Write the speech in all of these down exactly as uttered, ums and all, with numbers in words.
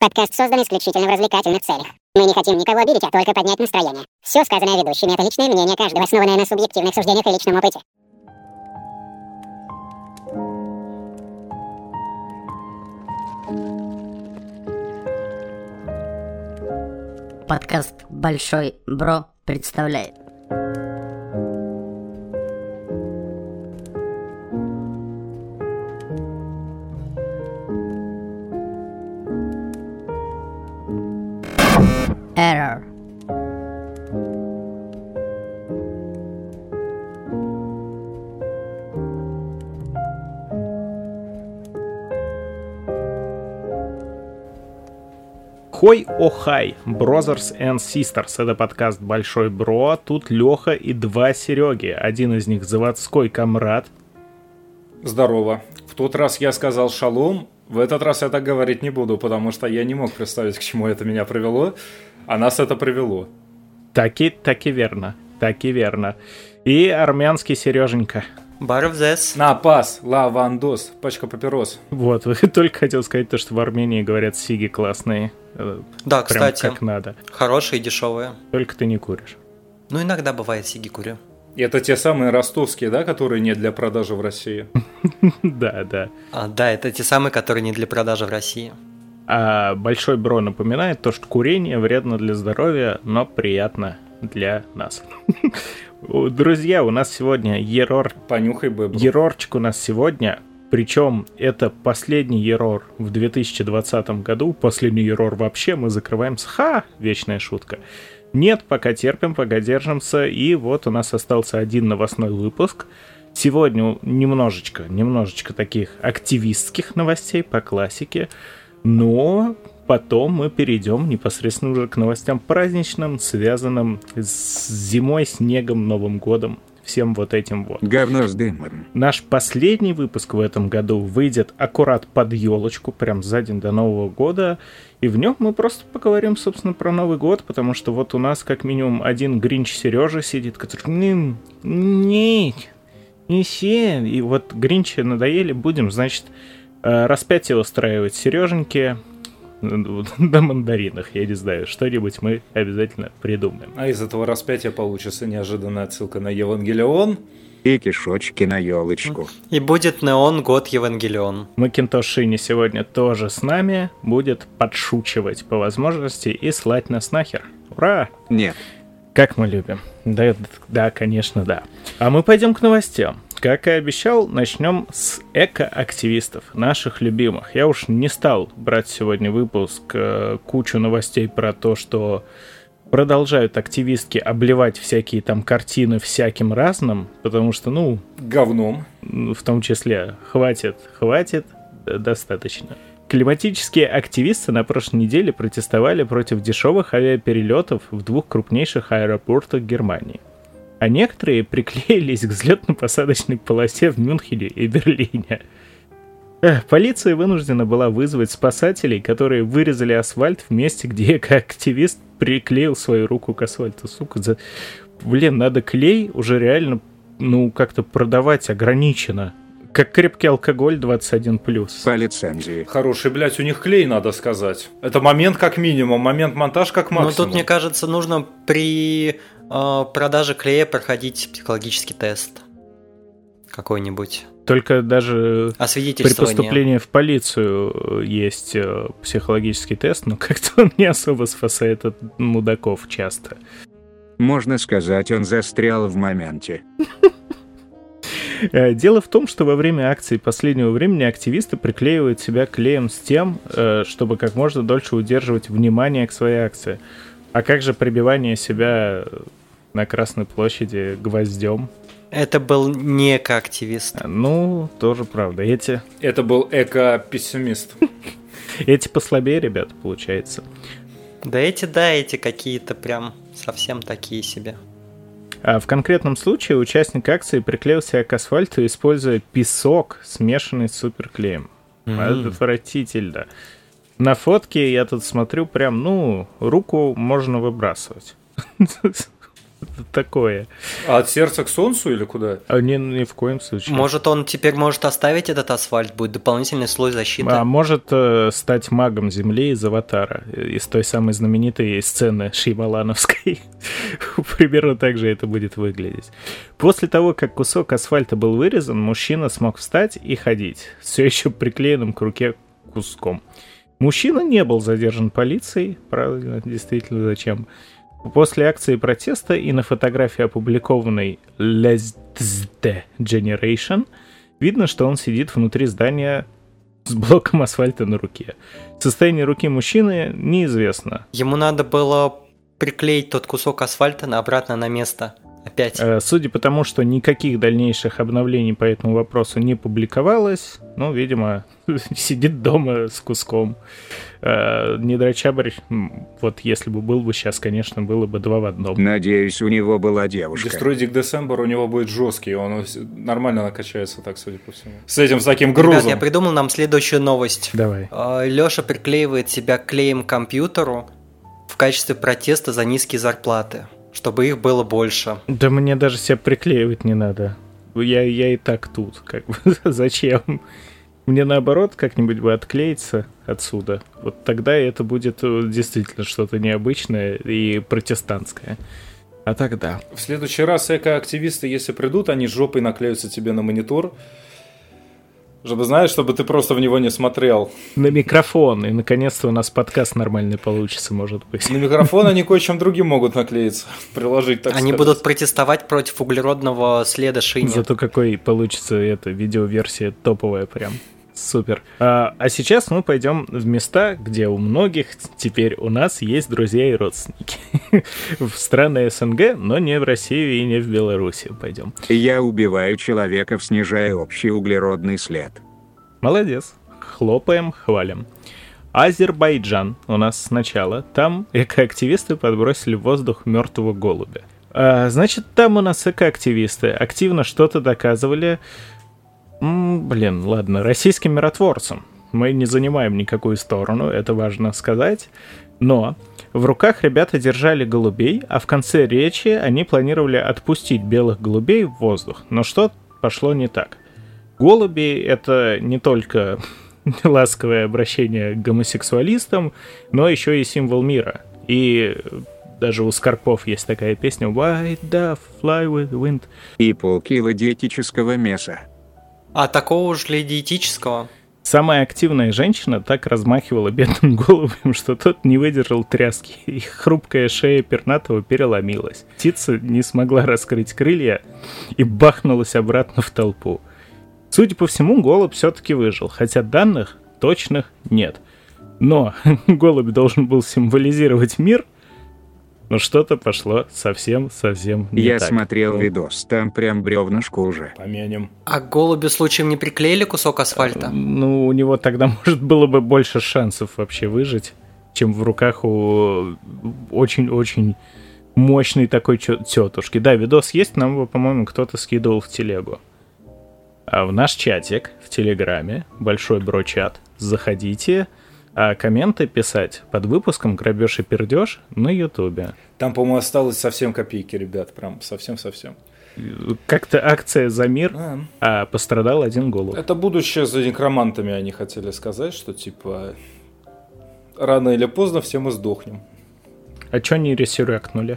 Подкаст создан исключительно в развлекательных целях. Мы не хотим никого обидеть, а только поднять настроение. Все сказанное ведущими — это личное мнение каждого, основанное на субъективных суждениях и личном опыте. Подкаст «Большой Бро» представляет. Error. Хой охай, Brothers and Sisters, это подкаст Большой Бро, тут Леха и два Сереги, один из них заводской комрад. Здорово. В тот раз я сказал шалом, в этот раз я так говорить не буду, потому что я не мог представить, к чему это меня привело, а нас это привело. Так и, так и верно, так и верно. И армянский Сереженька. Барвзес. На, пас, лавандос, пачка папирос. Вот, только хотел сказать то, что в Армении говорят сиги классные. Да, Прям кстати, как надо. Хорошие и дешевые. Только ты не куришь. Ну, иногда бывает сиги курю. Это те самые ростовские, да, которые не для продажи в России? Да, да. А, да, это те самые, которые не для продажи в России. А Большой Бро напоминает то, что курение вредно для здоровья, но приятно для нас. Друзья, у нас сегодня ерор. Понюхай бэбру. Ерорчик у нас сегодня. Причем это последний ерор в две тысячи двадцатом году. Последний ерор вообще. Мы закрываемся. Ха! Вечная шутка. Нет, пока терпим, пока держимся. И вот у нас остался один новостной выпуск. Сегодня немножечко, немножечко таких активистских новостей по классике. Но потом мы перейдем непосредственно уже к новостям праздничным, связанным с зимой, снегом, Новым годом. Всем вот этим вот. Говно с дымом. Наш последний выпуск в этом году выйдет аккурат под елочку, прям за день до Нового года. И в нем мы просто поговорим, собственно, про Новый год, потому что вот у нас как минимум один Гринч Сережа сидит, который... Нет, не все. И вот Гринчи надоели, будем, значит, распятие устраивать Сереженьке. На мандаринах, я не знаю, что-нибудь мы обязательно придумаем. А из этого распятия получится неожиданная отсылка на Евангелион. И кишочки на елочку. И будет неон год Евангелион. Макинтош Шини сегодня тоже с нами, будет подшучивать по возможности и слать нас нахер. Ура! Нет. Как мы любим. Да, да, конечно, да. А мы пойдем к новостям. Как и обещал, начнем с эко-активистов, наших любимых. Я уж не стал брать сегодня выпуск э, кучу новостей про то, что продолжают активистки обливать всякие там картины всяким разным, потому что, ну... Говном. В том числе, хватит, хватит, достаточно. Климатические активисты на прошлой неделе протестовали против дешевых авиаперелетов в двух крупнейших аэропортах Германии. А некоторые приклеились к взлетно-посадочной полосе в Мюнхене и Берлине. Эх, полиция вынуждена была вызвать спасателей, которые вырезали асфальт в месте, где экоактивист приклеил свою руку к асфальту. Сука, за... блин, надо клей уже реально, ну, как-то продавать ограниченно. Как крепкий алкоголь двадцать один плюс. По лицензии. Хороший, блядь, у них клей, надо сказать. Это момент как минимум, момент монтаж как максимум. Но тут, мне кажется, нужно при э, продаже клея проходить психологический тест какой-нибудь. Только даже при поступлении в полицию есть психологический тест, но как-то он не особо спасает от мудаков часто. Можно сказать, он застрял в моменте. Дело в том, что во время акций последнего времени активисты приклеивают себя клеем с тем, чтобы как можно дольше удерживать внимание к своей акции. А как же прибивание себя на Красной площади гвоздем? Это был не эко-активист. Ну, тоже правда. Эти... Это был эко-пессимист. Эти послабее, ребята, получается. Да эти, да, эти какие-то прям совсем такие себе. А в конкретном случае участник акции приклеил себя к асфальту, используя песок, смешанный с суперклеем. Mm-hmm. Это отвратительно. На фотке я тут смотрю прям, ну, руку можно выбрасывать. такое. А от сердца к солнцу или куда? А ни, ни в коем случае. Может, он теперь может оставить этот асфальт, будет дополнительный слой защиты. А может э, стать магом Земли из «Аватара», из той самой знаменитой сцены Шьямалановской. Примерно так же это будет выглядеть. После того, как кусок асфальта был вырезан, мужчина смог встать и ходить, все еще приклеенным к руке куском. Мужчина не был задержан полицией, правильно, действительно, зачем? После акции протеста и на фотографии, опубликованной Last Generation, видно, что он сидит внутри здания с блоком асфальта на руке. Состояние руки мужчины неизвестно. Ему надо было приклеить тот кусок асфальта на- обратно на место. Опять. Э, Судя по тому, что никаких дальнейших обновлений по этому вопросу не публиковалось, ну, видимо, сидит дома с куском. Э, Недрочабрь, м, вот если бы был бы сейчас, конечно, было бы два в одном. Надеюсь, у него была девушка. Destroy Dick December у него будет жесткий, он нормально накачается, так судя по всему. С этим, с таким грузом. Ребят, я придумал нам следующую новость. Давай. Леша приклеивает себя клеем к компьютеру в качестве протеста за низкие зарплаты, чтобы их было больше. Да мне даже себя приклеивать не надо. Я, я и так тут. Как бы, зачем? Мне наоборот как-нибудь бы отклеиться отсюда. Вот тогда это будет э, действительно что-то необычное и протестантское. А тогда. В следующий раз экоактивисты, если придут, они жопой наклеются тебе на монитор, чтобы, знаешь, чтобы ты просто в него не смотрел. На микрофон. И наконец-то у нас подкаст нормальный получится, может быть. На микрофон они кое-чем другим могут наклеиться, приложить, так Они сказать. будут протестовать против углеродного следа Шине. Зато какой получится эта видеоверсия топовая прям. Супер. А, а сейчас мы пойдем в места, где у многих теперь у нас есть друзья и родственники. В страны СНГ, но не в Россию и не в Белоруссию пойдем. Я убиваю человеков, снижая общий углеродный след. Молодец. Хлопаем, хвалим. Азербайджан у нас сначала. Там экоактивисты подбросили в воздух мертвого голубя. А, значит, там у нас экоактивисты активно что-то доказывали. М, блин, ладно, российским миротворцам. Мы не занимаем никакую сторону, это важно сказать. Но в руках ребята держали голубей, а в конце речи они планировали отпустить белых голубей в воздух. Но что пошло не так? Голуби — это не только ласковое обращение к гомосексуалистам, но еще и символ мира. И даже у Скорпов есть такая песня «White dove, fly with the wind». И полкило диетического мяса. А такого уж ли диетического? Самая активная женщина так размахивала бедным голубем, что тот не выдержал тряски, и хрупкая шея пернатого переломилась. Птица не смогла раскрыть крылья и бахнулась обратно в толпу. Судя по всему, голубь все-таки выжил, хотя данных точных нет. Но голубь должен был символизировать мир, но что-то пошло совсем-совсем не Я так. смотрел видос, там прям бревнышко уже. Помянем. А голубю случаем не приклеили кусок асфальта? Ну, у него тогда, может, было бы больше шансов вообще выжить, чем в руках у очень-очень мощной такой тетушки. Да, видос есть, нам его, по-моему, кто-то скидывал в телегу. А в наш чатик в Телеграме, большой бро-чат, заходите, а комменты писать под выпуском «Грабеж и пердеж» на Ютубе. Там, по-моему, осталось совсем копейки, ребят, прям совсем-совсем. Как-то акция за мир, А. а пострадал один голубь. Это будущее за некромантами, они хотели сказать, что типа рано или поздно все мы сдохнем. А чё не ресюрякнули?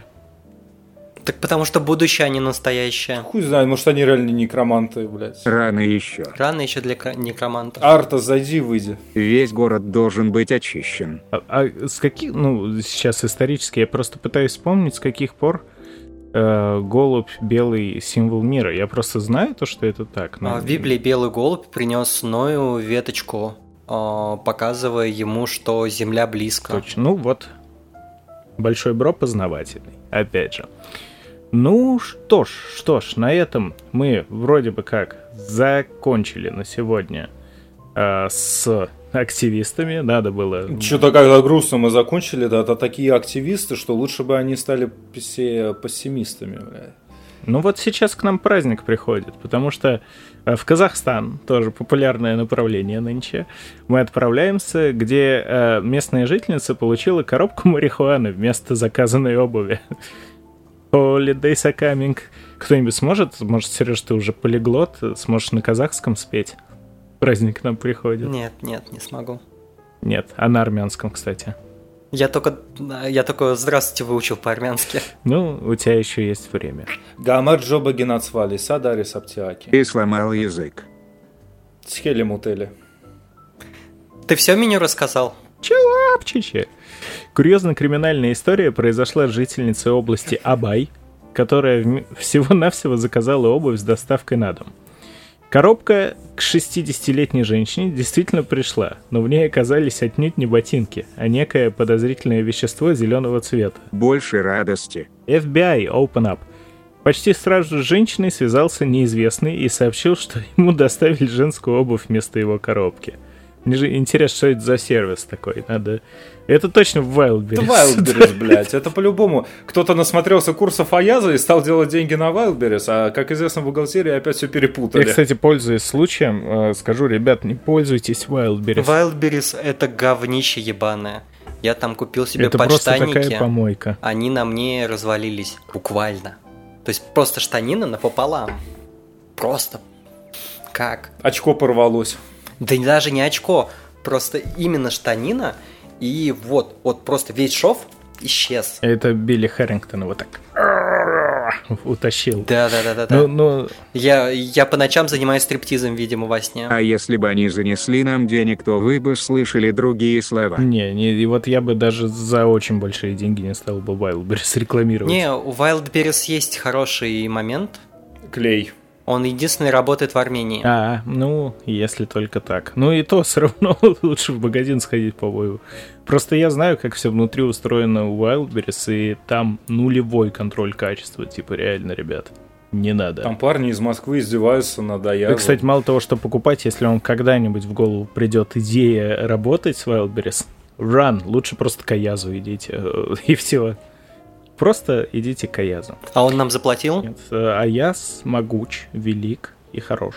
Так потому что будущее, а не настоящее. Хуй знает, может они реально некроманты, блядь. Рано еще. Рано еще для кра- некромантов. Арта, зайди, выйди. Весь город должен быть очищен. А, а с каких, ну, сейчас исторически, я просто пытаюсь вспомнить, с каких пор э, голубь белый символ мира. Я просто знаю то, что это так. но- А в Библии белый голубь принес Ною веточку, а, показывая ему, что земля близко. Точно. Ну вот, большой бро познавательный, опять же. Ну что ж, что ж, на этом мы вроде бы как закончили на сегодня э, с активистами. Надо было... Что-то когда грустно мы закончили, да, это такие активисты, что лучше бы они стали все пессимистами, блядь. Ну вот сейчас к нам праздник приходит, потому что э, в Казахстан, тоже популярное направление нынче, мы отправляемся, где э, местная жительница получила коробку марихуаны вместо заказанной обуви. Holidays are coming. Кто-нибудь сможет? Может, Сереж, ты уже полиглот, сможешь на казахском спеть? Праздник к нам приходит. Нет, нет, не смогу. Нет, а на армянском, кстати. Я только, я только «здравствуйте» выучил по-армянски. Ну, у тебя еще есть время. Гамар Джоба Генацвали, Садари Саптиаки. И сломал язык. Схели мутели. Ты все меню рассказал? Чувапчичи. Курьезно-криминальная история произошла с жительницей области Абай, которая всего-навсего заказала обувь с доставкой на дом. Коробка к шестидесятилетней женщине действительно пришла, но в ней оказались отнюдь не ботинки, а некое подозрительное вещество зеленого цвета. Больше радости. эф би ай, open up. Почти сразу же с женщиной связался неизвестный и сообщил, что ему доставили женскую обувь вместо его коробки. Мне же интересно, что это за сервис такой. Надо... Это точно Wildberries. Это Wildberries, блядь. Это по-любому. Кто-то насмотрелся курсов Аяза и стал делать деньги на Wildberries, а, как известно, в бухгалтерии опять все перепутали. Я, кстати, пользуясь случаем, скажу, ребят, не пользуйтесь Wildberries. Wildberries — это говнище ебаное. Я там купил себе это подштанники. Это просто такая помойка. Они на мне развалились буквально. То есть просто штанина напополам. Просто. Как? Очко порвалось. Да даже не очко, просто именно штанина, и вот, вот просто весь шов исчез. Это Билли Хэрингтон его так утащил. Да-да-да-да. Ну, ну... Я, я по ночам занимаюсь стриптизом, видимо, во сне. А если бы они занесли нам денег, то вы бы слышали другие слова. Не, не, и вот я бы даже за очень большие деньги не стал бы Wildberries рекламировать. Не, у Wildberries есть хороший момент. Клей. Он единственный работает в Армении. А, ну, если только так. Ну и то все равно лучше в магазин сходить, по-моему. Просто я знаю, как все внутри устроено у Wildberries, и там нулевой контроль качества. Типа, реально, ребят, не надо. Там парни из Москвы издеваются над Аязом. И, кстати, мало того, что покупать, если вам когда-нибудь в голову придет идея работать с Wildberries, run, лучше просто к Аязу идите, и все. Просто идите к Аязу. А он нам заплатил? Нет, Аяз могуч, велик и хорош.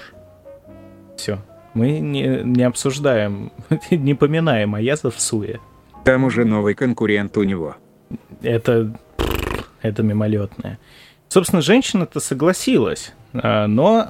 Все. Мы не, не обсуждаем, не поминаем Аяза в суе. Там уже новый конкурент у него. Это, это мимолетное. Собственно, женщина-то согласилась, но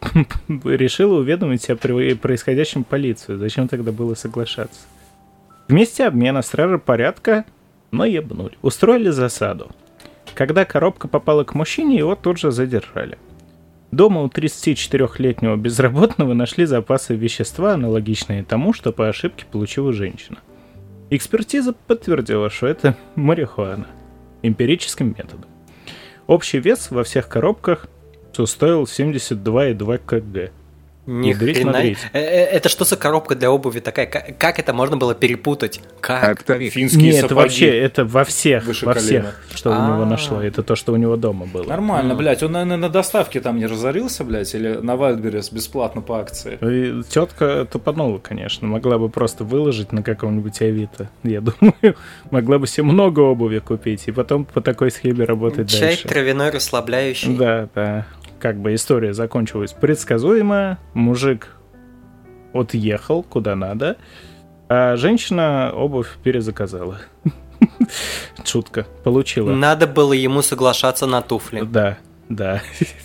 решила уведомить о происходящем полицию. Зачем тогда было соглашаться? В месте обмена стражи порядка наебнули. Устроили засаду. Когда коробка попала к мужчине, его тут же задержали. Дома у тридцатичетырёхлетнего безработного нашли запасы вещества, аналогичные тому, что по ошибке получила женщина. Экспертиза подтвердила, что это марихуана. Эмпирическим методом. Общий вес во всех коробках составил семьдесят два и два килограмма. Ни хрена. Это что за коробка для обуви такая? Как это можно было перепутать? Как? Финские Нет, сапоги. Вообще, это во всех, Выше во колена. всех, что у него нашло. Это то, что у него дома было. Нормально, блядь. Он, наверное, на доставке там не разорился, блядь, или на Wildberries бесплатно по акции. И тетка тупанула, конечно. Могла бы просто выложить на каком-нибудь Авито. Я думаю, могла бы себе много обуви купить и потом по такой схеме работать Чай дальше. Чай травяной расслабляющий. Да, да. Как бы история закончилась предсказуемо. Мужик отъехал куда надо, а женщина обувь перезаказала. Шутка. Получила. Надо было ему соглашаться на туфли. Да, да.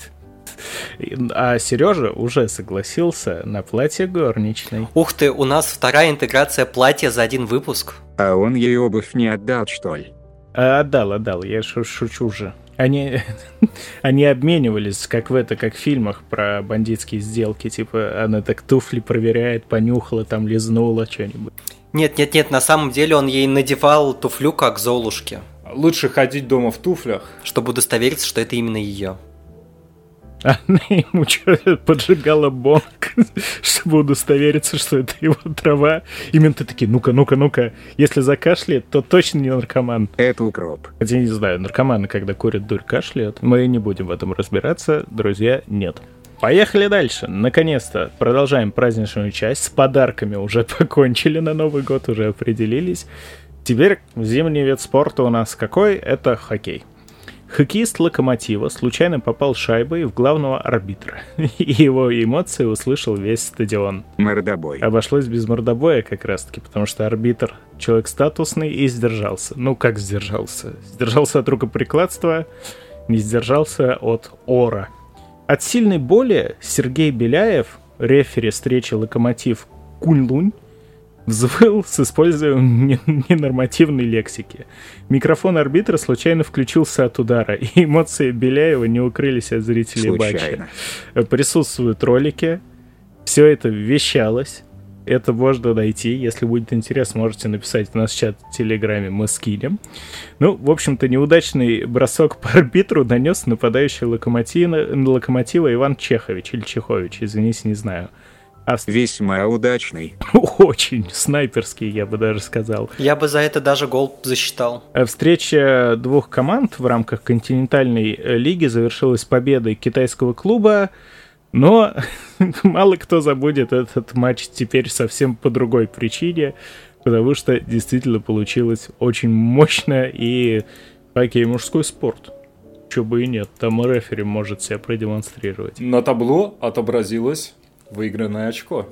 А Сережа уже согласился на платье горничной. Ух ты, у нас вторая интеграция платья за один выпуск. А он ей обувь не отдал, что ли? А, отдал, отдал, я шу- шучу же. Они, они обменивались, как в это, как в фильмах про бандитские сделки. Типа, она так туфли проверяет, понюхала, там лизнула что-нибудь. Нет-нет-нет, на самом деле он ей надевал туфлю как Золушке. Лучше ходить дома в туфлях. Чтобы удостовериться, что это именно ее. Она ему что, поджигала бонг, чтобы удостовериться, что это его трава. И менты такие, ну-ка, ну-ка, ну-ка, если закашляет, то точно не наркоман. Это укроп. Хотя не знаю, наркоманы, когда курят дурь, кашляют. Мы не будем в этом разбираться, друзья, нет. Поехали дальше. Наконец-то продолжаем праздничную часть. С подарками уже покончили на Новый год, уже определились. Теперь зимний вид спорта у нас какой? Это хоккей. Хоккеист «Локомотива» случайно попал шайбой в главного арбитра, и его эмоции услышал весь стадион. Мордобой. Обошлось без мордобоя как раз-таки, потому что арбитр человек статусный и сдержался. Ну, как сдержался? Сдержался от рукоприкладства, не сдержался от ора. От сильной боли Сергей Беляев, рефери встречи «Локомотив» Кунь-Лунь, взвыл с использованием ненормативной лексики. Микрофон арбитра случайно включился от удара, и эмоции Беляева не укрылись от зрителей матча. Присутствуют ролики, все это вещалось. Это можно найти. Если будет интерес, можете написать в наш чат в Телеграме, мы скинем. Ну, в общем-то, неудачный бросок по арбитру нанес нападающий локомотива, локомотива Иван Чехович, или Чехович, извините, не знаю. А... Весьма удачный. Очень снайперский, я бы даже сказал. Я бы за это даже гол засчитал. Встреча двух команд в рамках континентальной лиги завершилась победой китайского клуба, но мало кто забудет этот матч теперь совсем по другой причине, потому что действительно получилось очень мощно, и хоккей мужской спорт. Чего бы и нет, там рефери может себя продемонстрировать. На табло отобразилось выигранное очко.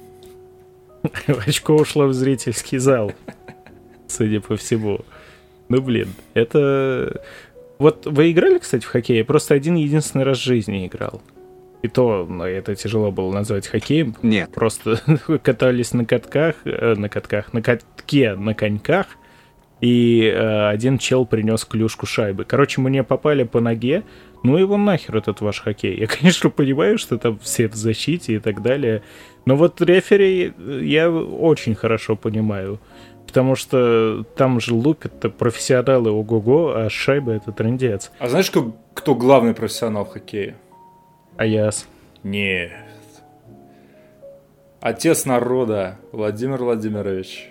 Очко ушло в зрительский зал, судя по всему. Ну, блин, это... Вот вы играли, кстати, в хоккей? Я просто один единственный раз в жизни играл. И то, ну, это тяжело было назвать хоккеем. Нет. Просто катались на катках, э, на катках, на катке, на коньках, и э, один чел принес клюшку шайбы. Короче, мне попали по ноге. Ну его нахер этот ваш хоккей. Я, конечно, понимаю, что там все в защите и так далее. Но вот рефери я очень хорошо понимаю. Потому что там же лупят профессионалы ого-го, а шайба — это трындец. А знаешь, кто, кто главный профессионал в хоккее? Аяс. Нет. Отец народа Владимир Владимирович.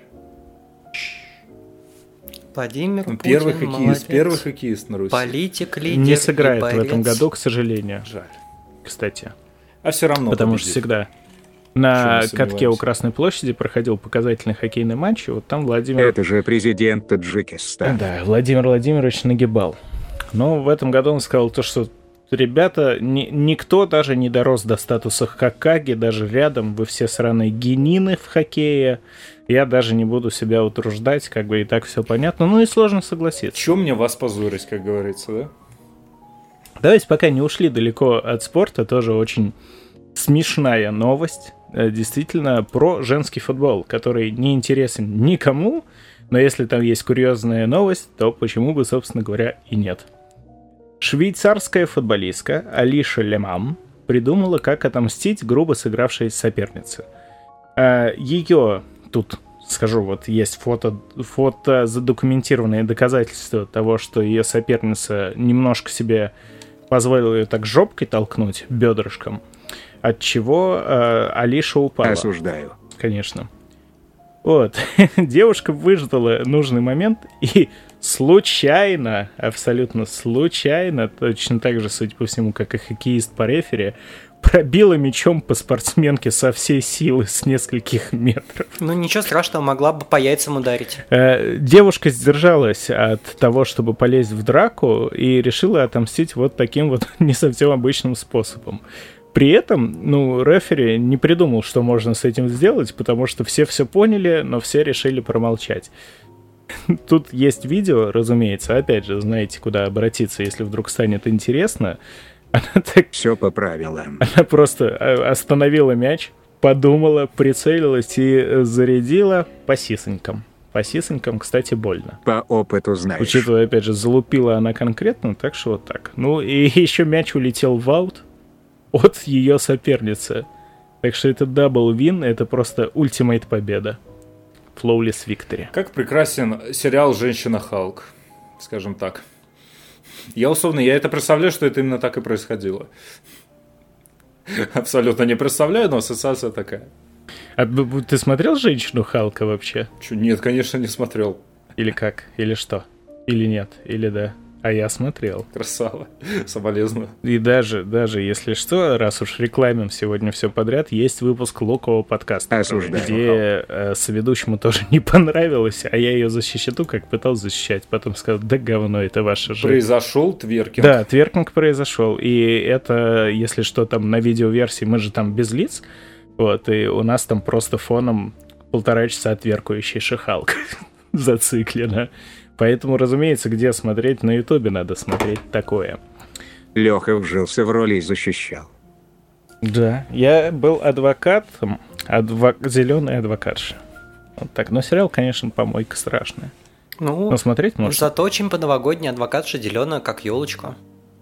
Владимир Путин, первый хоккеист, молодец. первый хоккеист на Руси. Политик, лидер. Не сыграет и в этом году, к сожалению. Жаль. Кстати. А все равно Потому победит. что всегда на Что мы катке у сомневаемся. Красной площади проходил показательный хоккейный матч, и вот там Владимир... Это же президент Таджикистана. Да, Владимир Владимирович нагибал. Но в этом году он сказал то, что ребята, ни, никто даже не дорос до статуса Хокаги, даже рядом, вы все сраные генины в хоккее. Я даже не буду себя утруждать, как бы и так все понятно. Ну и сложно согласиться. Чё мне вас позорить, как говорится, да? Давайте пока не ушли далеко от спорта, тоже очень смешная новость. Действительно, про женский футбол, который не интересен никому, но если там есть курьезная новость, то почему бы, собственно говоря, и нет. Швейцарская футболистка Алиша Лемам придумала, как отомстить грубо сыгравшей сопернице. Ее, тут скажу, вот есть фото, фото задокументированные доказательства того, что ее соперница немножко себе позволила ее так жопкой толкнуть, бедрышком, от чего э, Алиша упала. Осуждаю. Конечно. Вот. Девушка выждала нужный момент и случайно, абсолютно случайно, точно так же, судя по всему, как и хоккеист по рефери, пробила мячом по спортсменке со всей силы с нескольких метров. Ну ничего страшного, могла бы по яйцам ударить. Э, девушка сдержалась от того, чтобы полезть в драку, и решила отомстить вот таким вот не совсем обычным способом. При этом, ну, рефери не придумал, что можно с этим сделать, потому что все все поняли, но все решили промолчать. Тут есть видео, разумеется, опять же, знаете, куда обратиться, если вдруг станет интересно. Она так... Все по правилам. Она просто остановила мяч, подумала, прицелилась и зарядила по сисонькам. По сисонькам, кстати, больно. По опыту знаешь. Учитывая, опять же, залупила она конкретно, так что вот так. Ну, и еще мяч улетел в аут от ее соперницы. Так что это дабл-вин, это просто ультимейт победа. Flawless victory. Как прекрасен сериал «Женщина-Халк», скажем так. Я условно, я это представляю, что это именно так и происходило. Абсолютно не представляю, но ассоциация такая. А ты смотрел «Женщину Халка» вообще? Чё, нет, конечно, не смотрел. Или как? Или что? Или нет? Или да? А я смотрел. Красава. Соболезную. И даже, даже если что, раз уж рекламим сегодня все подряд, есть выпуск Лукового подкаста, Осуждаю. где э, соведущему тоже не понравилось, а я ее защищу, как пытался защищать. Потом сказал, да говно, это ваша жизнь. Произошел тверкинг. Да, тверкинг произошел. И это, если что, там на видеоверсии, мы же там без лиц, вот, и у нас там просто фоном полтора часа тверкающий шихалка зациклено. Поэтому, разумеется, где смотреть, на Ютубе надо смотреть такое. Леха вжился в роли и защищал. Да, я был адвокатом, адва... зеленый адвокатша. Вот так. Но сериал, конечно, помойка страшная. Ну, Но смотреть можно. зато очень по-новогодний адвокатша зеленая, как елочка.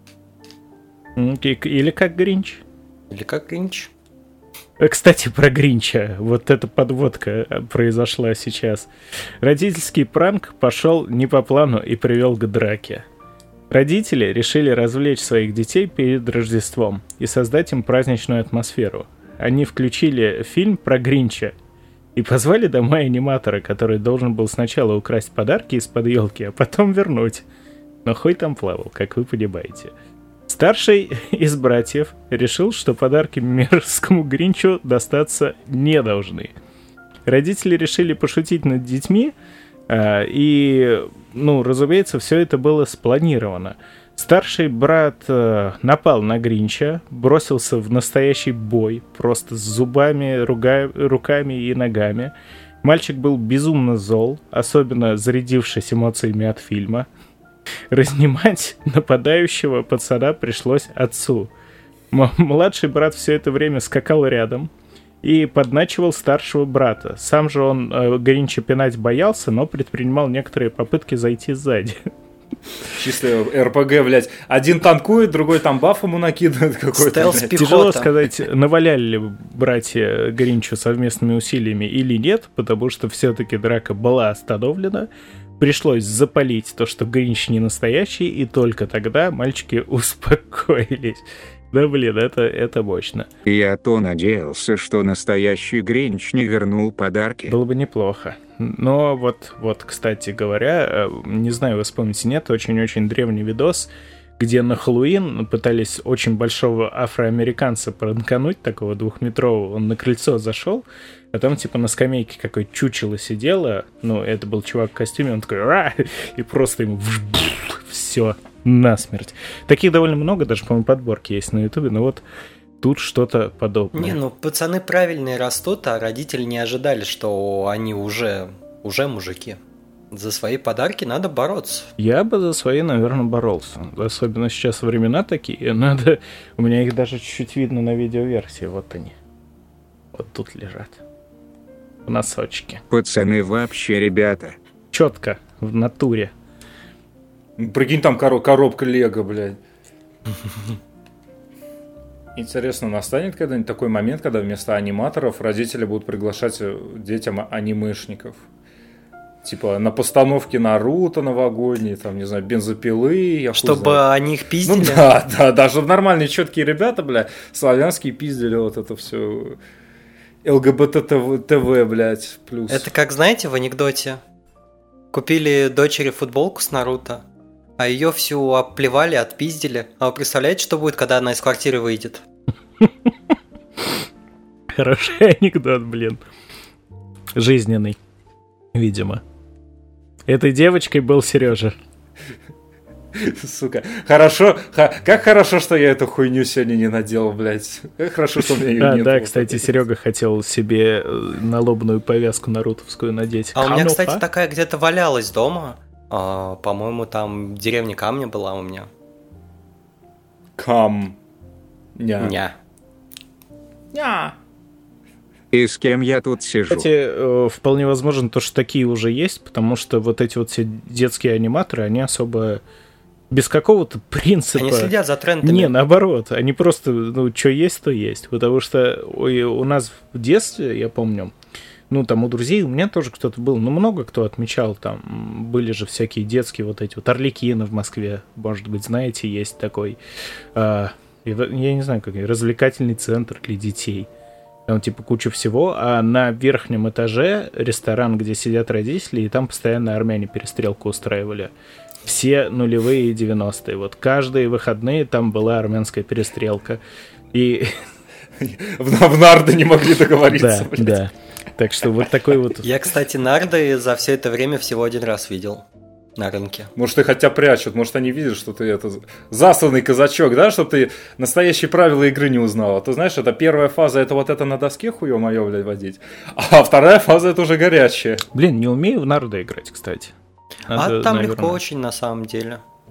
Или как Гринч. Или как Гринч. Кстати, про Гринча. Вот эта подводка произошла сейчас. Родительский пранк пошел не по плану и привел к драке. Родители решили развлечь своих детей перед Рождеством и создать им праздничную атмосферу. Они включили фильм про Гринча и позвали домой аниматора, который должен был сначала украсть подарки из-под елки, а потом вернуть. Но хуй там плавал, как вы понимаете. Старший из братьев решил, что подарки мерзкому Гринчу достаться не должны. Родители решили пошутить над детьми, и, ну, разумеется, все это было спланировано. Старший брат напал на Гринча, бросился в настоящий бой, просто с зубами, руга... руками и ногами. Мальчик был безумно зол, особенно зарядившись эмоциями от фильма. Разнимать нападающего пацана пришлось отцу. М- младший брат все это время скакал рядом и подначивал старшего брата. Сам же он э, Гринча пинать боялся, но предпринимал некоторые попытки зайти сзади. Чисто эр пэ гэ, блядь. Один танкует, другой там баф ему накидывает какой-то. Тяжело сказать, наваляли ли братья Гринчу совместными усилиями или нет, потому что все-таки драка была остановлена. Пришлось запалить то, что Гринч не настоящий, и только тогда мальчики успокоились. Да, блин, это, это мощно. Я то надеялся, что настоящий Гринч не вернул подарки. Было бы неплохо. Но вот, вот, кстати говоря, не знаю, вы вспомните, нет, очень-очень древний видос, где на Хэллоуин пытались очень большого афроамериканца пранкануть, такого двухметрового. Он на крыльцо зашел, а там типа на скамейке какое-то чучело сидело. Ну, это был чувак в костюме, он такой «Ра!» и просто ему все насмерть. Таких довольно много, даже, по-моему, подборки есть на ютубе, но вот тут что-то подобное. Не, ну пацаны правильные растут, а родители не ожидали, что они уже, уже мужики. За свои подарки надо бороться. Я бы за свои, наверное, боролся. Особенно сейчас времена такие. Надо... У меня их даже чуть-чуть видно на видеоверсии. Вот они. Вот тут лежат. В носочке. Пацаны вообще ребята. Четко, в натуре. Прикинь, там коро- коробка Лего, блядь. Интересно, настанет когда-нибудь такой момент, когда вместо аниматоров родители будут приглашать детям анимешников? Типа на постановке Наруто новогодние, там, не знаю, бензопилы. Я Чтобы они их пиздили? Ну да, да, даже нормальные четкие ребята, бля, славянские пиздили вот это все. эл гэ бэ тэ тэ вэ, блядь, плюс. Это как, знаете, в анекдоте. Купили дочери футболку с Наруто, а ее всю оплевали, отпиздили. А вы представляете, что будет, когда она из квартиры выйдет? Хороший анекдот, блин. Жизненный, видимо. Этой девочкой был Сережа. Сука. Хорошо. Х- как хорошо, что я эту хуйню сегодня не наделал, блядь. Как хорошо, что у меня ее А, нет. да, кстати, Серега хотел себе налобную повязку нарутовскую надеть. А у меня, Кануха. кстати, такая где-то валялась дома. А, по-моему, там деревня Камня была у меня. Кам. Ня. Ня. Ня. И с кем я тут сижу? Кстати, э, вполне возможно, то, что такие уже есть, потому что вот эти вот все детские аниматоры, они особо без какого-то принципа... Они следят за трендами. Не, наоборот, они просто, ну, что есть, то есть. Потому что ой, у нас в детстве, я помню, ну, там у друзей, у меня тоже кто-то был, ну, много кто отмечал, там были же всякие детские вот эти вот Арлекины в Москве, может быть, знаете, есть такой, э, я не знаю, как развлекательный центр для детей. Там типа куча всего, а на верхнем этаже ресторан, где сидят родители, и там постоянно армяне перестрелку устраивали. Все нулевые и девяностые. Вот каждые выходные там была армянская перестрелка. И... В, в нарды не могли договориться. Да, да. Так что вот такой вот... Я, кстати, нарды за все это время всего один раз видел. На рынке. Может, их хотя прячут, может, они видят, что ты это засланный казачок, да, чтобы ты настоящие правила игры не узнал. А ты знаешь, это первая фаза, это вот это на доске хуё моё, блядь, водить. А вторая фаза, это уже горячая. Блин, не умею в нарды играть, кстати. Надо, а там наверное... легко очень, на самом деле.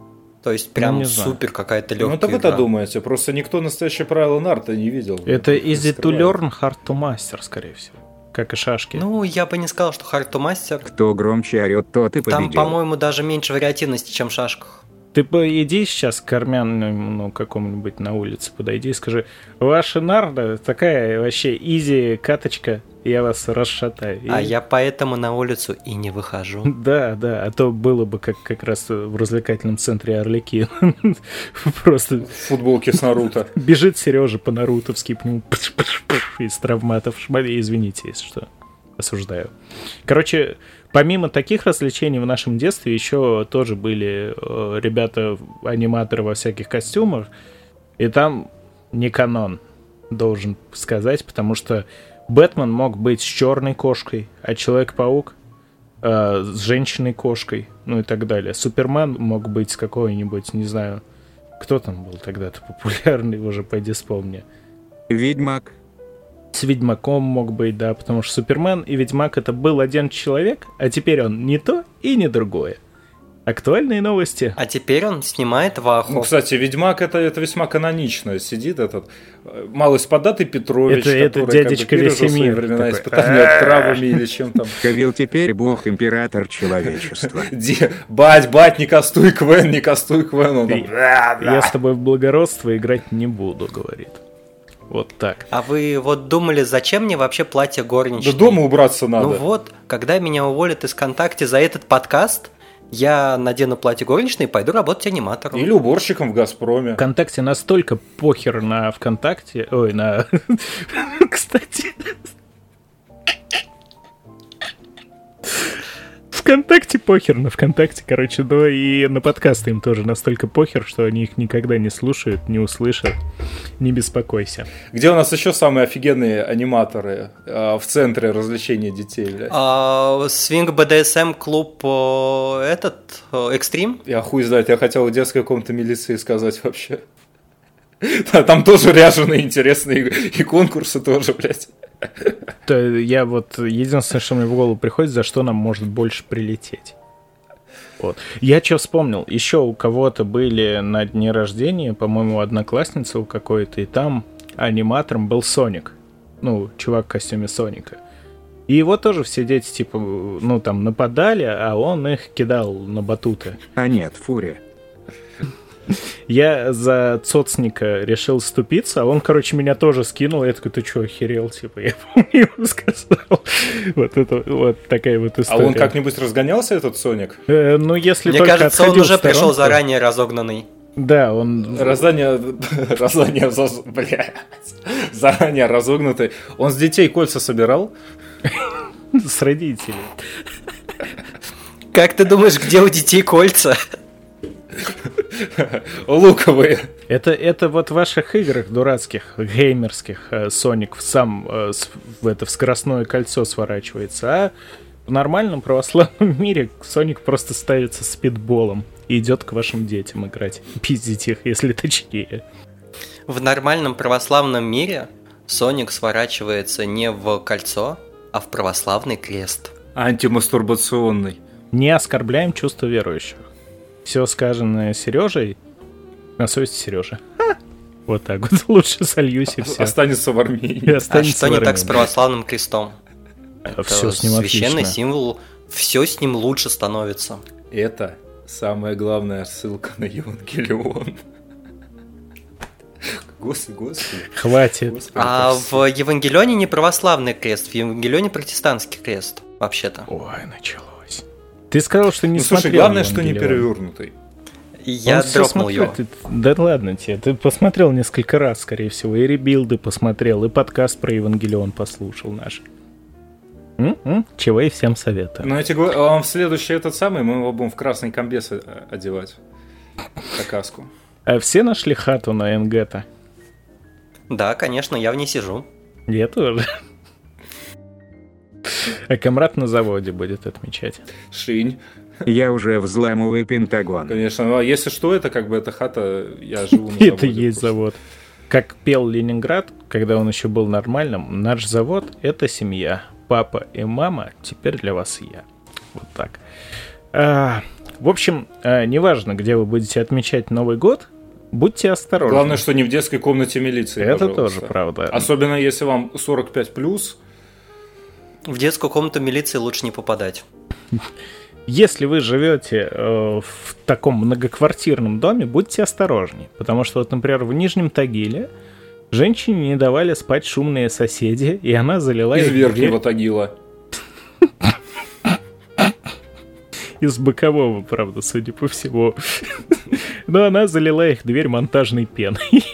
То есть прям не супер знаю. какая-то легкая Ну, это вы-то игра. думаете, просто никто настоящее правило нарта не видел. Это easy to Скрывает. learn, hard to master, скорее всего. Как и шашки. Ну, я бы не сказал, что Hard to Master. Кто громче орет, тот и Там, победил. по-моему, даже меньше вариативности, чем в шашках. Ты иди сейчас к армянину, ну, какому-нибудь на улице, подойди и скажи: ваша нарда такая вообще изи каточка, я вас расшатаю. А И- я поэтому на улицу и не выхожу. Да, да, а то было бы как, как раз в развлекательном центре Орлики. Просто В футболке с Наруто. бежит Сережа по-нарутовски к нему из травматов шмали. Извините, если что, осуждаю. Короче, помимо таких развлечений в нашем детстве еще тоже были э, ребята-аниматоры во всяких костюмах. И там не канон, должен сказать, потому что Бэтмен мог быть с черной кошкой, а Человек-паук э, с женщиной-кошкой, ну и так далее. Супермен мог быть с какой-нибудь, не знаю, кто там был тогда-то популярный, уже пойди вспомни. Ведьмак. С Ведьмаком мог быть, да, потому что Супермен и Ведьмак — это был один человек, а теперь он не то и не другое. Актуальные новости. А теперь он снимает Ваху. Ну, кстати, Ведьмак это, это весьма канонично. Сидит этот э, малость податый Петрович, Это- это который как бы дядечка пережил свои Весемир времена такой. испытания травами или чем там. Кавил теперь бог-император человечества. Ди- Бать, бать, не кастуй Квен, не кастуй Квен. Он там, И- «Бля, бля». Я с тобой в благородство играть не буду, говорит. Вот так. А вы вот думали, зачем мне вообще платье горничной? Да дома убраться надо. Ну вот, когда меня уволят из ВКонтакте за этот подкаст, я надену платье горничной и пойду работать аниматором. Или уборщиком в «Газпроме». ВКонтакте настолько похер на ВКонтакте. Ой, на... Кстати... ВКонтакте похер на ВКонтакте, короче, да, и на подкасты им тоже настолько похер, что они их никогда не слушают, не услышат. Не беспокойся. Где у нас еще самые офигенные аниматоры а, в центре развлечения детей, блядь? А, Свинг бэ дэ эс эм клуб э, этот, э, Экстрим? Я хуй знает, я хотел детская комната милиции сказать вообще. Там тоже ряженые интересные и конкурсы тоже, блядь. То я вот... Единственное, что мне в голову приходит, за что нам может больше прилететь. Вот. Я что вспомнил? Еще у кого-то были на дне рождения, по-моему, одноклассница у какой-то, и там аниматором был Соник. Ну, чувак в костюме Соника. И его тоже все дети, типа, ну, там, нападали, а он их кидал на батуты. А нет, Фурия. Я за цоцника решил вступиться, а он, короче, меня тоже скинул. Я такой: ты что, охерел? Типа, я помню, ему сказал. Вот это вот такая вот А история. он как-нибудь разгонялся, этот Соник? Э, ну, если Мне только кажется, он отходил уже в сторонку. пришел заранее разогнанный. Да, он... Раздание, раздание, заз- блядь, заранее разогнутый. Он с детей кольца собирал? с родителей. Как ты думаешь, где у детей кольца? Луковые. Это, это вот в ваших играх дурацких, геймерских, э, Соник сам э, с- в это в скоростное кольцо сворачивается, а в нормальном православном мире Соник просто ставится спидболом и идет к вашим детям играть. Пиздить их, если точнее. В нормальном православном мире Соник сворачивается не в кольцо, а в православный крест. Антимастурбационный. Не оскорбляем чувства верующих. Все сказанное Сережей на совести Сережи. Вот так вот. Лучше сольюсь и все. Останется в Армении. А что не так с православным крестом? Все с ним священный отлично. символ, все с ним лучше становится. Это самая главная ссылка на Евангелион. Господи, господи. Хватит. Господи, А это в Евангелионе не православный крест, в Евангелионе протестантский крест, вообще-то. Ой, началось. Ты сказал, что не Ну, смотрел слушай, главное, что не Евангелион. перевернутый. Я Он всё дропнул смотрел, его. ты- Да ладно тебе, ты посмотрел несколько раз, скорее всего, и ребилды посмотрел, и подкаст про Евангелион послушал наш. М-м, чего и всем советую. Но я тебе говорю, а он в следующий этот самый, мы его будем в красный комбез э, одевать. Такаску. А все нашли хату на НГ-то? Да, конечно, я в ней сижу. Я тоже. А Камрад на заводе будет отмечать. Шинь. Я уже взламываю Пентагон. Конечно, ну, а если что, это как бы эта хата, я живу на Это заводе есть просто. завод. Как пел Ленинград, когда он еще был нормальным, наш завод — это семья. Папа и мама, теперь для вас я. Вот так. А, В общем, э, неважно, где вы будете отмечать Новый год, будьте осторожны. Главное, что не в детской комнате милиции, Это пожалуйста. тоже правда. Особенно, если вам сорок пять плюс. В детскую комнату милиции лучше не попадать. Если вы живете э, в таком многоквартирном доме, будьте осторожнее. Потому что, вот, например, в Нижнем Тагиле женщине не давали спать шумные соседи, и она залила Из их Верхнего дверь. Тагила. Из бокового, правда, судя по всему. Но она залила их дверь монтажной пеной.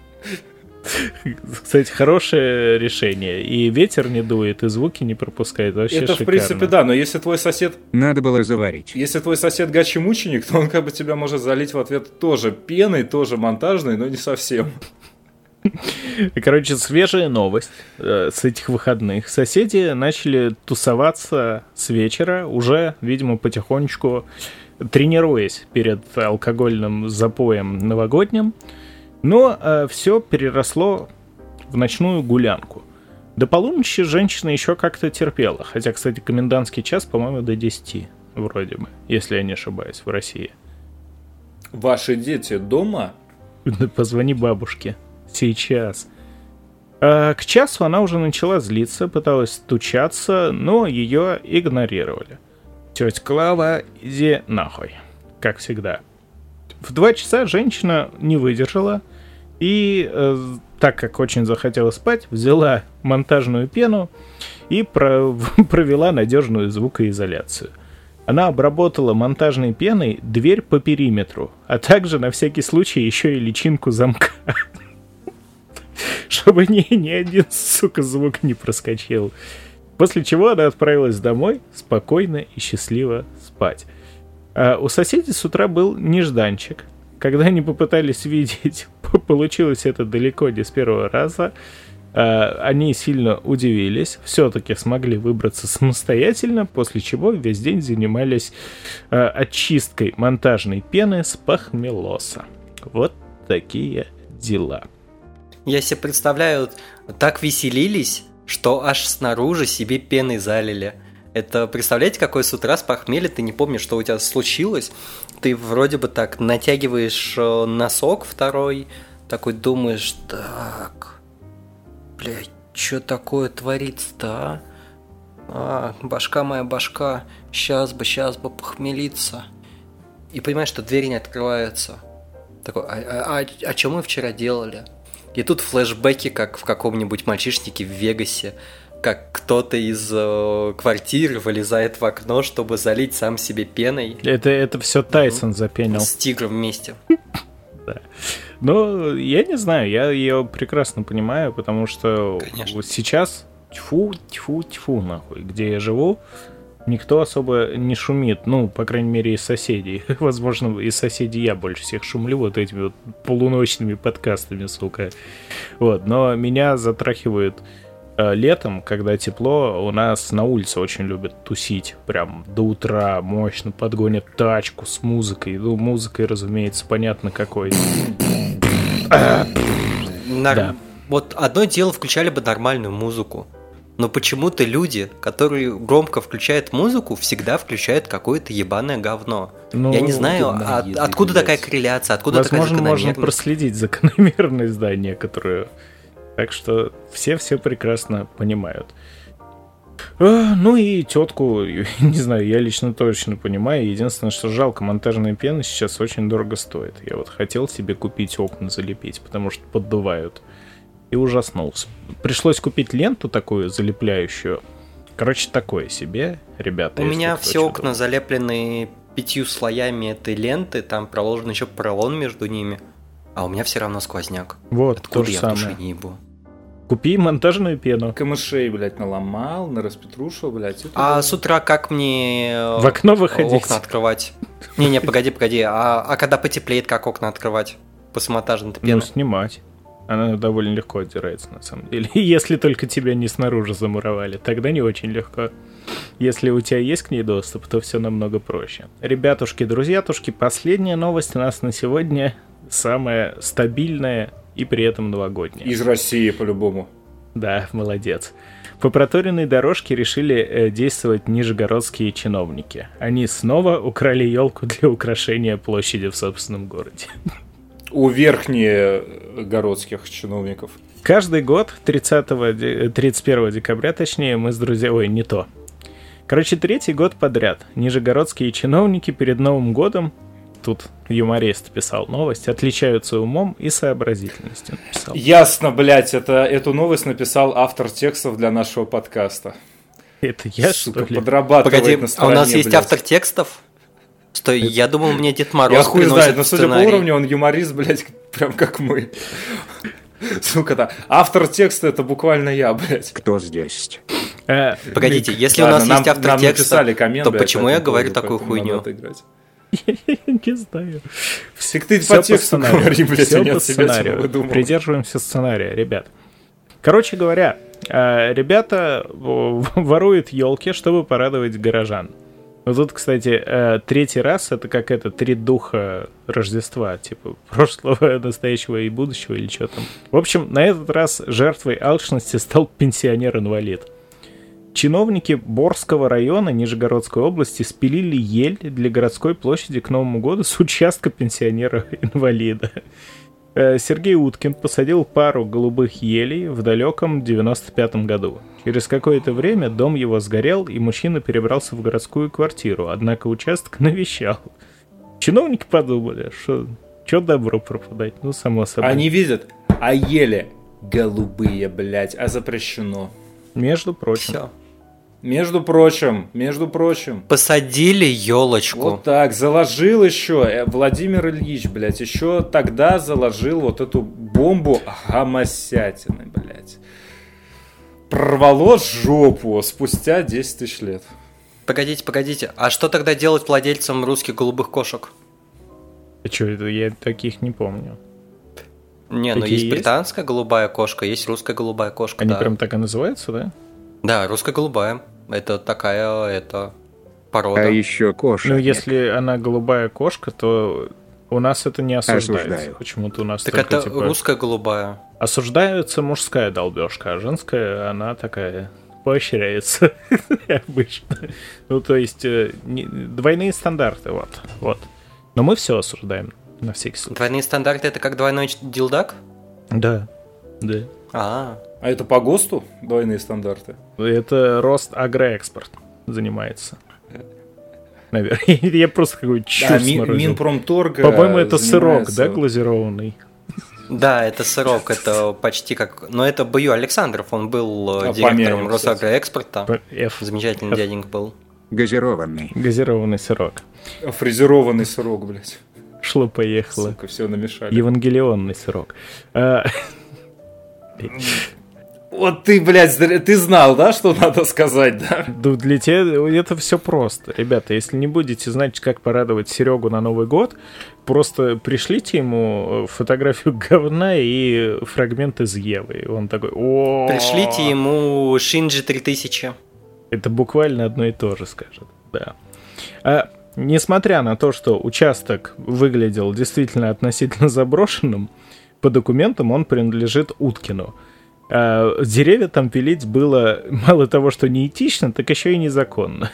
Кстати, хорошее решение. И ветер не дует, и звуки не пропускает. Вообще Это, шикарно. в принципе, да, но если твой сосед... Надо было заварить. Если твой сосед гачи-мученик, то он как бы тебя может залить в ответ тоже пеной, тоже монтажной, но не совсем. Короче, свежая новость э, с этих выходных. Соседи начали тусоваться с вечера, уже, видимо, потихонечку тренируясь перед алкогольным запоем новогодним. Но э, все переросло в ночную гулянку. До полуночи женщина еще как-то терпела. Хотя, кстати, комендантский час, по-моему, до десяти, вроде бы, если я не ошибаюсь, в России. Ваши дети дома? Позвони бабушке. Сейчас. А к часу она уже начала злиться, пыталась стучаться, но ее игнорировали. Тетя Клава, иди нахуй. Как всегда. В два часа женщина не выдержала и, э, так как очень захотела спать, взяла монтажную пену и про- провела надежную звукоизоляцию. Она обработала монтажной пеной дверь по периметру, а также на всякий случай еще и личинку замка. Чтобы ни, ни один, сука, звук не проскочил. После чего она отправилась домой спокойно и счастливо спать. А у соседей с утра был нежданчик. Когда они попытались видеть, получилось это далеко не с первого раза. А, они сильно удивились, все-таки смогли выбраться самостоятельно, после чего весь день занимались а, очисткой монтажной пены с похмелоса. Вот такие дела. Я себе представляю, так веселились, что аж снаружи себе пеной залили. Это, представляете, какой с утра с похмелья, ты не помнишь, что у тебя случилось. Ты вроде бы так натягиваешь носок второй, такой думаешь, так, блядь, что такое творится-то, а? А, башка моя башка, сейчас бы, сейчас бы похмелиться. И понимаешь, что двери не открываются. Такой, а, а, а, а что мы вчера делали? И тут флешбеки, как в каком-нибудь мальчишнике в Вегасе, как кто-то из э, квартиры вылезает в окно, чтобы залить сам себе пеной. Это, это все Тайсон запенил. С тигром вместе. Да. Ну, я не знаю, я ее прекрасно понимаю, потому что Конечно. вот сейчас, тьфу, тьфу, тьфу, нахуй, где я живу, никто особо не шумит, ну, по крайней мере, из соседей. Возможно, из соседей я больше всех шумлю вот этими вот полуночными подкастами, сука. Вот, но меня затрахивает э, летом, когда тепло, у нас на улице очень любят тусить, прям до утра, мощно подгонят тачку с музыкой. Ну, музыкой, разумеется, понятно какой. Нар... Да. Вот одно дело, включали бы нормальную музыку. Но почему-то люди, которые громко включают музыку, всегда включают какое-то ебаное говно. Ну, Я не знаю, да, от- если откуда блядь. такая корреляция, откуда такая Возможно, можно закономерность. проследить закономерность, да, некоторую. Так что все все прекрасно понимают. А, ну и тетку, не знаю, я лично точно понимаю. Единственное, что жалко, монтажная пена сейчас очень дорого стоит. Я вот хотел себе купить окна залепить, потому что поддувают. И ужаснулся. Пришлось купить ленту такую залепляющую. Короче, такое себе, ребята. У если меня кто все что окна думает. залеплены пятью слоями этой ленты, там проложен еще поролон между ними, а у меня все равно сквозняк. Вот, Откуда то же я в самое. душе не ебу? Купи монтажную пену. Камышей, блядь, наломал, нараспетрушил, блядь. и А туда. с утра как мне э, В окно выходить. окна открывать? Не-не, погоди, погоди, а, а когда потеплеет, как окна открывать? После монтажной-то Ну, пены? снимать. Она довольно легко отдирается, на самом деле. Если только тебя не снаружи замуровали, тогда не очень легко. Если у тебя есть к ней доступ, то все намного проще. Ребятушки, друзьятушки, последняя новость у нас на сегодня самая стабильная и при этом новогодняя. Из России, по-любому. Да, молодец. По проторенной дорожке решили э, действовать нижегородские чиновники. Они снова украли елку для украшения площади в собственном городе. У верхнегородских чиновников. Каждый год, тридцатого, тридцать первого декабря, точнее, мы с друзьями... Ой, не то. Короче, третий год подряд нижегородские чиновники перед Новым годом, тут юморист писал новость, отличаются умом и сообразительностью. Написал. Ясно, блядь, это, эту новость написал автор текстов для нашего подкаста. Это я, Сука, что ли? подрабатывает Погоди, на стороне, а у нас есть блядь. автор текстов? Стой, я думал, мне Дед Мороз Я хуй приносит знает, но судя сценарий. по уровню, он юморист, блядь, прям как мы. Сука-то. Автор текста — это буквально я, блядь. Кто здесь? Э, Погодите, если Ладно, у нас нам- есть автор нам текста, написали коммент, то блядь, почему по я этому говорю поводу, такую поэтому надо хуйню? отыграть. не знаю. Так ты Всё по тексту сценарию. говори, блядь, Всё а не по от себя сценарию. чего выдумал. Придерживаемся сценария, ребят. Короче говоря, э, ребята э, воруют елки, чтобы порадовать горожан. Вот тут, кстати, э, третий раз это как это три духа Рождества, типа прошлого, настоящего и будущего или что там. В общем, на этот раз жертвой алчности стал пенсионер-инвалид. Чиновники Борского района Нижегородской области спилили ель для городской площади к Новому году с участка пенсионера-инвалида. Э, Сергей Уткин посадил пару голубых елей в далеком девяносто пятом году. Через какое-то время дом его сгорел, и мужчина перебрался в городскую квартиру, однако участок навещал. Чиновники подумали, что чё добро пропадать, ну, само собой. Они видят, а ели голубые, блядь, а запрещено. Между прочим. Все. Между прочим, между прочим. Посадили елочку. Вот так, заложил еще, э, Владимир Ильич, блядь, еще тогда заложил вот эту бомбу гомосятины, блядь. Прорвало жопу спустя десять тысяч лет. Погодите, погодите. А что тогда делать владельцам русских голубых кошек? А чё это? Я таких не помню. Не, ну Такие есть есть? британская голубая кошка, есть русская голубая кошка. Они да. прям так и называются, да? Да, русская голубая. Это такая, это порода. А еще кошек. Ну, нет. если она голубая кошка, то у нас это не осуждается. Осуждаю. Почему-то у нас Так только, это типа, русская голубая. осуждается мужская долбежка, а женская, она такая поощряется обычно. Ну, то есть, э, не- двойные стандарты, вот, вот. Но мы все осуждаем, на всякий случай. Двойные стандарты это как двойной ч- дилдак? Да, да. А, А это по ГОСТу двойные стандарты? Это рост агроэкспорт занимается. Наверное. Я просто какой-то чушь Да, Ми- сморозил. Минпромторга По-моему, это сырок, занимается- да, глазированный? да, это сырок, это почти как... Но это Бою Александров, он был э, А, директором померил, кстати. Росагроэкспорта. П- F. Замечательный F. дяденька был. Газированный. Газированный сырок. Фрезерованный сырок, блядь. Шло-поехало. Сука, все намешали. Евангелионный сырок. А, Вот ты, блядь, зря- ты знал, да, что надо сказать, да? да для тебя это все просто. Ребята, если не будете знать, как порадовать Серегу на Новый год, просто пришлите ему фотографию говна и фрагмент из Евы. И он такой: о, Пришлите ему Шинджи три тысячи. это буквально одно и то же скажет. Да. А, несмотря на то, что участок выглядел действительно относительно заброшенным, по документам он принадлежит Уткину. А деревья там пилить было мало того, что неэтично, так еще и незаконно.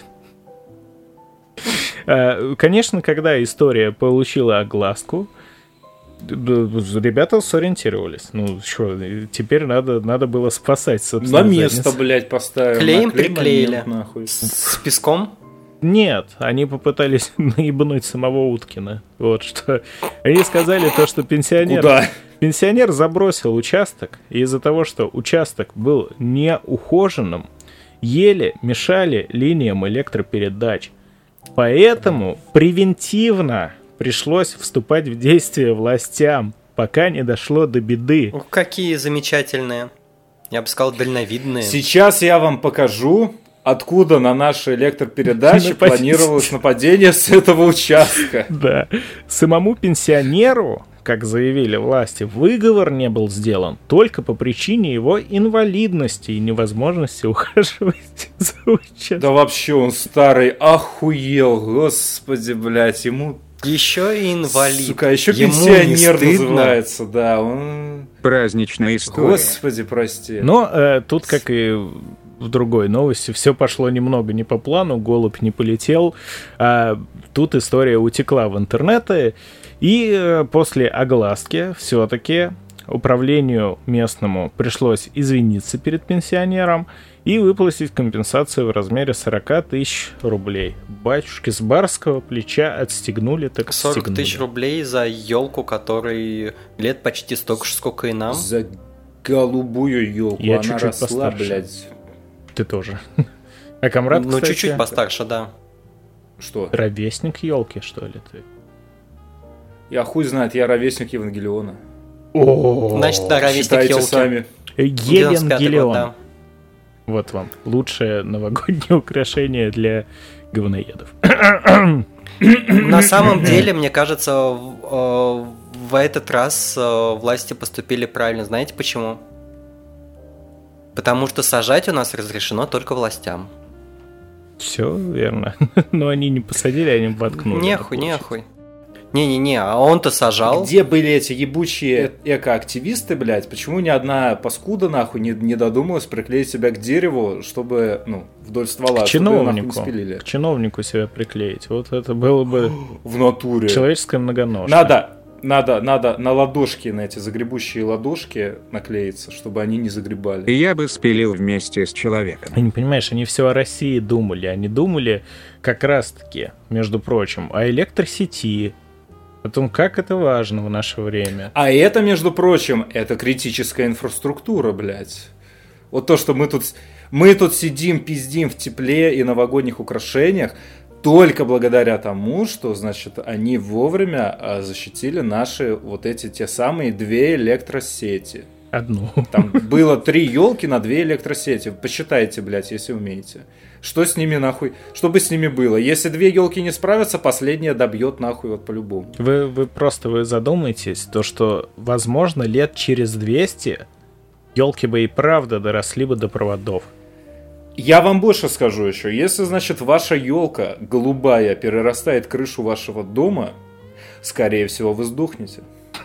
А, конечно, когда история получила огласку, ребята сориентировались. Ну, что, теперь надо, надо было спасать, собственно, На место, задницу. блядь, поставил. Клеем Наклей приклеили. момент, нахуй. С песком? Нет, они попытались наебнуть самого Уткина. Вот что. Они сказали то, что пенсионер... Куда? Пенсионер забросил участок, и из-за того, что участок был неухоженным, еле мешали линиям электропередач. Поэтому превентивно пришлось вступать в действие властям, пока не дошло до беды. Ух, какие замечательные. Я бы сказал, дальновидные. Сейчас я вам покажу, откуда на наши электропередачи Нападение. планировалось нападение с этого участка. Да. Самому пенсионеру, как заявили власти, выговор не был сделан только по причине его инвалидности и невозможности ухаживать за участком. Да вообще он старый охуел, господи, блядь, ему Еще и инвалид. Сука, еще Ему пенсионер не стыдно? называется, да. Он... Праздничная история. Господи, прости. Но э, тут, как и в другой новости, все пошло немного не по плану, голубь не полетел. А тут история утекла в интернеты, и э, после огласки все-таки управлению местному пришлось извиниться перед пенсионером и выплатить компенсацию в размере сорок тысяч рублей. Батюшки с барского плеча отстегнули, так сорок отстегнули. тысяч рублей за елку, которой лет почти столько же, сколько и нам. За голубую елку. Я Она чуть-чуть росла, постарше. блядь. Ты тоже. А Камрад, Ну, кстати, чуть-чуть постарше, да. Что? ровесник елки, что ли, ты? Я хуй знает, я ровесник Евангелиона. О, Значит, да, ровесник Считайте елки. сами. девяносто пятый Евангелион. год, да. Вот вам лучшее новогоднее украшение для говноедов. На самом деле, мне кажется, в, э, в этот раз э, власти поступили правильно. Знаете почему? Потому что сажать у нас разрешено только властям. Все верно. Но они не посадили, они воткнули. Нехуй, нехуй. Не-не-не, а он-то сажал. Где были эти ебучие экоактивисты, блядь? Почему ни одна паскуда, нахуй, не, не додумалась приклеить себя к дереву, чтобы, ну, вдоль ствола, К чтобы её нахуй не чиновнику. спилили? К чиновнику себя приклеить. Вот это было бы В натуре. человеческое многоножие. Надо, надо, надо на ладошки, на эти загребущие ладошки наклеиться, чтобы они не загребали. Я бы спилил вместе с человеком. Ты не понимаешь, они все о России думали. Они думали как раз-таки, между прочим, о электросети, о том, как это важно в наше время. А это, между прочим, это критическая инфраструктура, блядь. Вот то, что мы тут, мы тут сидим, пиздим в тепле и новогодних украшениях, только благодаря тому, что, значит, они вовремя а, защитили наши вот эти те самые две электросети. Одну. Там было три елки на две электросети. Посчитайте, блядь, если умеете. Что с ними нахуй? Что бы с ними было? Если две елки не справятся, последняя добьет нахуй вот по-любому. Вы, вы просто вы задумаетесь, то что, возможно, лет через двести елки бы и правда доросли бы до проводов. Я вам больше скажу еще. Если, значит, ваша елка голубая перерастает крышу вашего дома, скорее всего, вы сдохнете.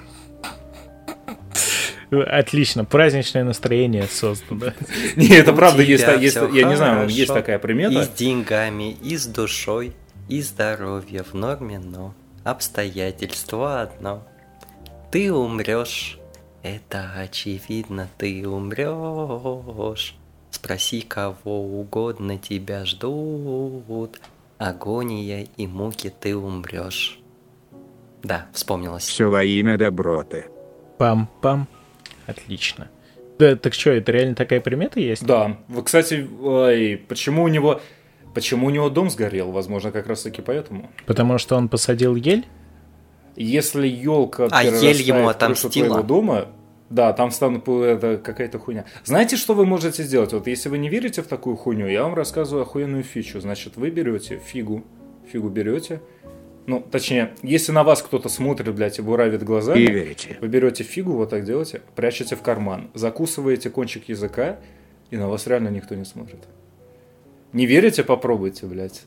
Отлично, праздничное настроение создано. Не, это правда, есть, тебя есть, всё я не знаю, хорошо. есть такая И примета. с деньгами, и с душой, и здоровье в норме, но обстоятельство одно. Ты умрешь, это очевидно, ты умрешь. Спроси кого угодно, тебя ждут. Агония и муки, ты умрешь. Да, вспомнилось. Все во имя доброты. Пам-пам. Отлично. Да, так что, это реально такая примета есть? Да. Вы, кстати, ой, почему у него, почему у него дом сгорел? Возможно, как раз таки поэтому. Потому что он посадил ель? Если елка А ель перерастает ему в крышу отомстила? твоего дома, да, там станут это какая-то хуйня. Знаете, что вы можете сделать? Вот если вы не верите в такую хуйню, я вам рассказываю охуенную фичу. Значит, вы берете фигу, фигу берете. Ну, точнее, если на вас кто-то смотрит, блядь, и буравит глазами, И верите. вы берете фигу, вот так делаете, прячете в карман, закусываете кончик языка, и на вас реально никто не смотрит. Не верите? Попробуйте, блядь.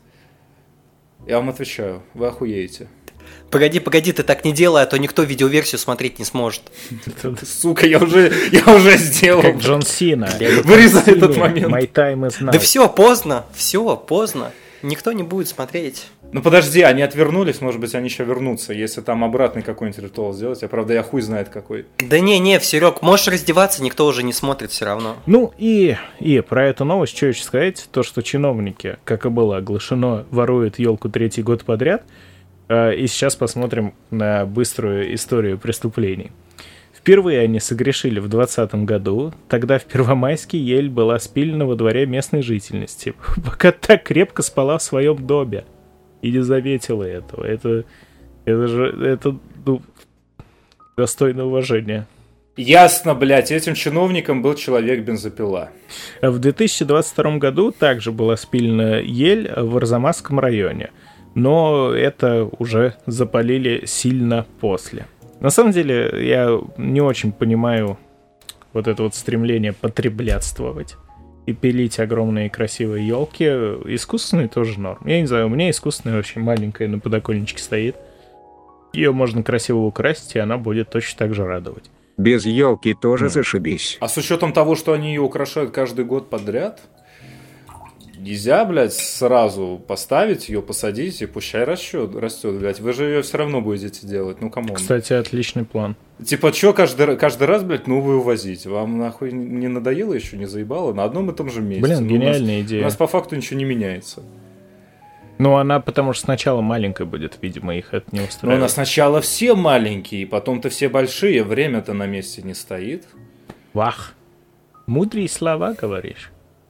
Я вам отвечаю, вы охуеете. Погоди, погоди, ты так не делай, а то никто видеоверсию смотреть не сможет. Сука, я уже, я уже сделал. Как Джон Сина. Вырезай этот момент. My time is now. Да все, поздно, все, поздно. Никто не будет смотреть. Ну подожди, они отвернулись, может быть, они еще вернутся, если там обратный какой-нибудь ритуал сделать. А правда, я хуй знает какой. Да не-не, Серег, можешь раздеваться, никто уже не смотрит все равно. Ну и, и про эту новость что еще сказать? То, что чиновники, как и было оглашено, воруют елку третий год подряд. Э, и сейчас посмотрим на быструю историю преступлений. Впервые они согрешили в двадцатом году. Тогда в Первомайске ель была спилена во дворе местной жительности, пока так крепко спала в своем доме. И не заметила этого. Это, это же это, ну, достойно уважения. Ясно, блядь, этим чиновником был человек-бензопила. В две тысячи двадцать втором году также была спилена ель в Арзамасском районе, но это уже запалили сильно после. На самом деле, я не очень понимаю вот это вот стремление потреблятствовать и пилить огромные красивые елки. Искусственные тоже норм. Я не знаю, у меня искусственная вообще маленькая на подоконничке стоит. Ее можно красиво украсить, и она будет точно так же радовать. Без елки тоже зашибись. А с учетом того, что они ее украшают каждый год подряд, нельзя, блядь, сразу поставить ее, посадить и пущай растет, растет, блядь. Вы же ее все равно будете делать, ну камон. Кстати, отличный план. Типа, что каждый, каждый раз, блядь, новую возить? Вам нахуй не надоело еще, не заебало? На одном и том же месте. Блин, Ну, гениальная у нас, идея. У нас по факту ничего не меняется. Ну, она потому что сначала маленькая будет, видимо, их это не Но устраивает. у нас сначала все маленькие, потом-то все большие, время-то на месте не стоит. Вах. Мудрые слова говоришь.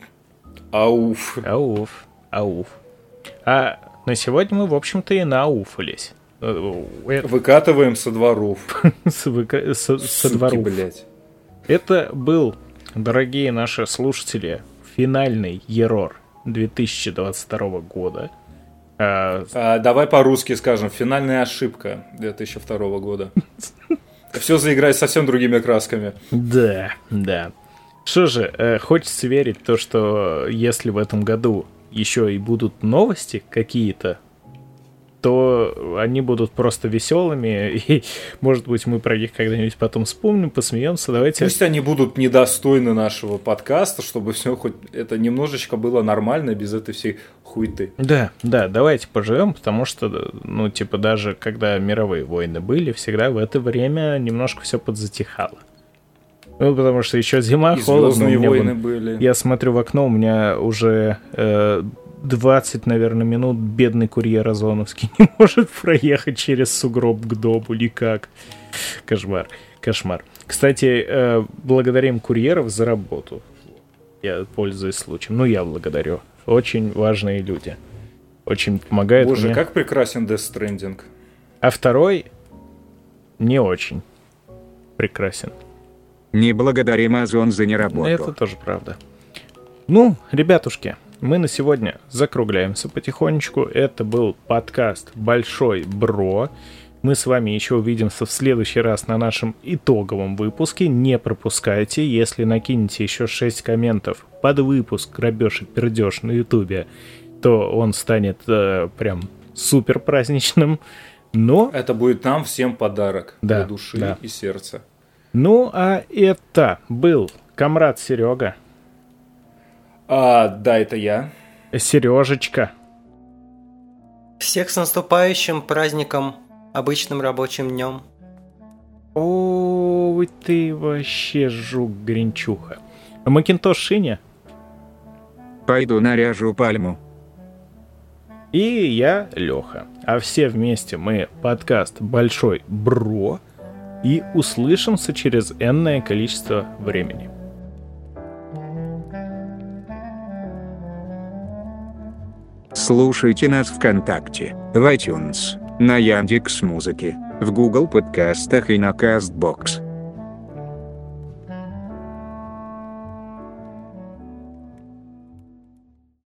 Ауф. Ауф. Ауф. А на сегодня мы, в общем-то, и науфались. Э, э, Выкатываем со дворов. С выка- со- Со Суки, дворов. блядь. Это был, дорогие наши слушатели, финальный Ерор две тысячи двадцать второго года. А, А, давай по-русски скажем. Финальная ошибка две тысячи второго года. Все заиграет совсем другими красками. Да, да. Что же, э, хочется верить в то, что если в этом году еще и будут новости какие-то, то они будут просто веселыми, и, может быть, мы про них когда-нибудь потом вспомним, посмеемся. Давайте... Пусть они будут недостойны нашего подкаста, чтобы все хоть это немножечко было нормально, без этой всей хуйты. Да, да, давайте поживем, потому что, ну, типа, даже когда мировые войны были, всегда в это время немножко все подзатихало. Ну, потому что еще зима, И холодно. «Звездные у меня войны» вон- были. Я смотрю в окно, у меня уже э, двадцать, наверное, минут бедный курьер Озоновский не может проехать через сугроб к дому никак. Кошмар, кошмар. Кстати, э, благодарим курьеров за работу. Я пользуюсь случаем. Ну, я благодарю. Очень важные люди. Очень помогают Боже, мне. как прекрасен Death Stranding. А второй не очень прекрасен. Не благодарим Озон за неработу. Это тоже правда. Ну, ребятушки, мы на сегодня закругляемся потихонечку. Это был подкаст «Большой Бро». Мы с вами еще увидимся в следующий раз на нашем итоговом выпуске. Не пропускайте. Если накинете еще шесть комментов под выпуск «Грабеж и пердеж» на ютубе, то он станет э, прям супер праздничным. Но... Это будет нам всем подарок Да, для души да. и сердца. Ну, а это был комрад Серега. А, да, это я. Сережечка. Всех с наступающим праздником, обычным рабочим днем. Ой, ты вообще жук-гринчуха. Макинтош Шиня. Пойду наряжу пальму. И я, Леха. А все вместе мы подкаст «Большой Бро». И услышимся через энное количество времени. Слушайте нас ВКонтакте, в iTunes, на Яндекс.Музыке, в Google подкастах и на Castbox.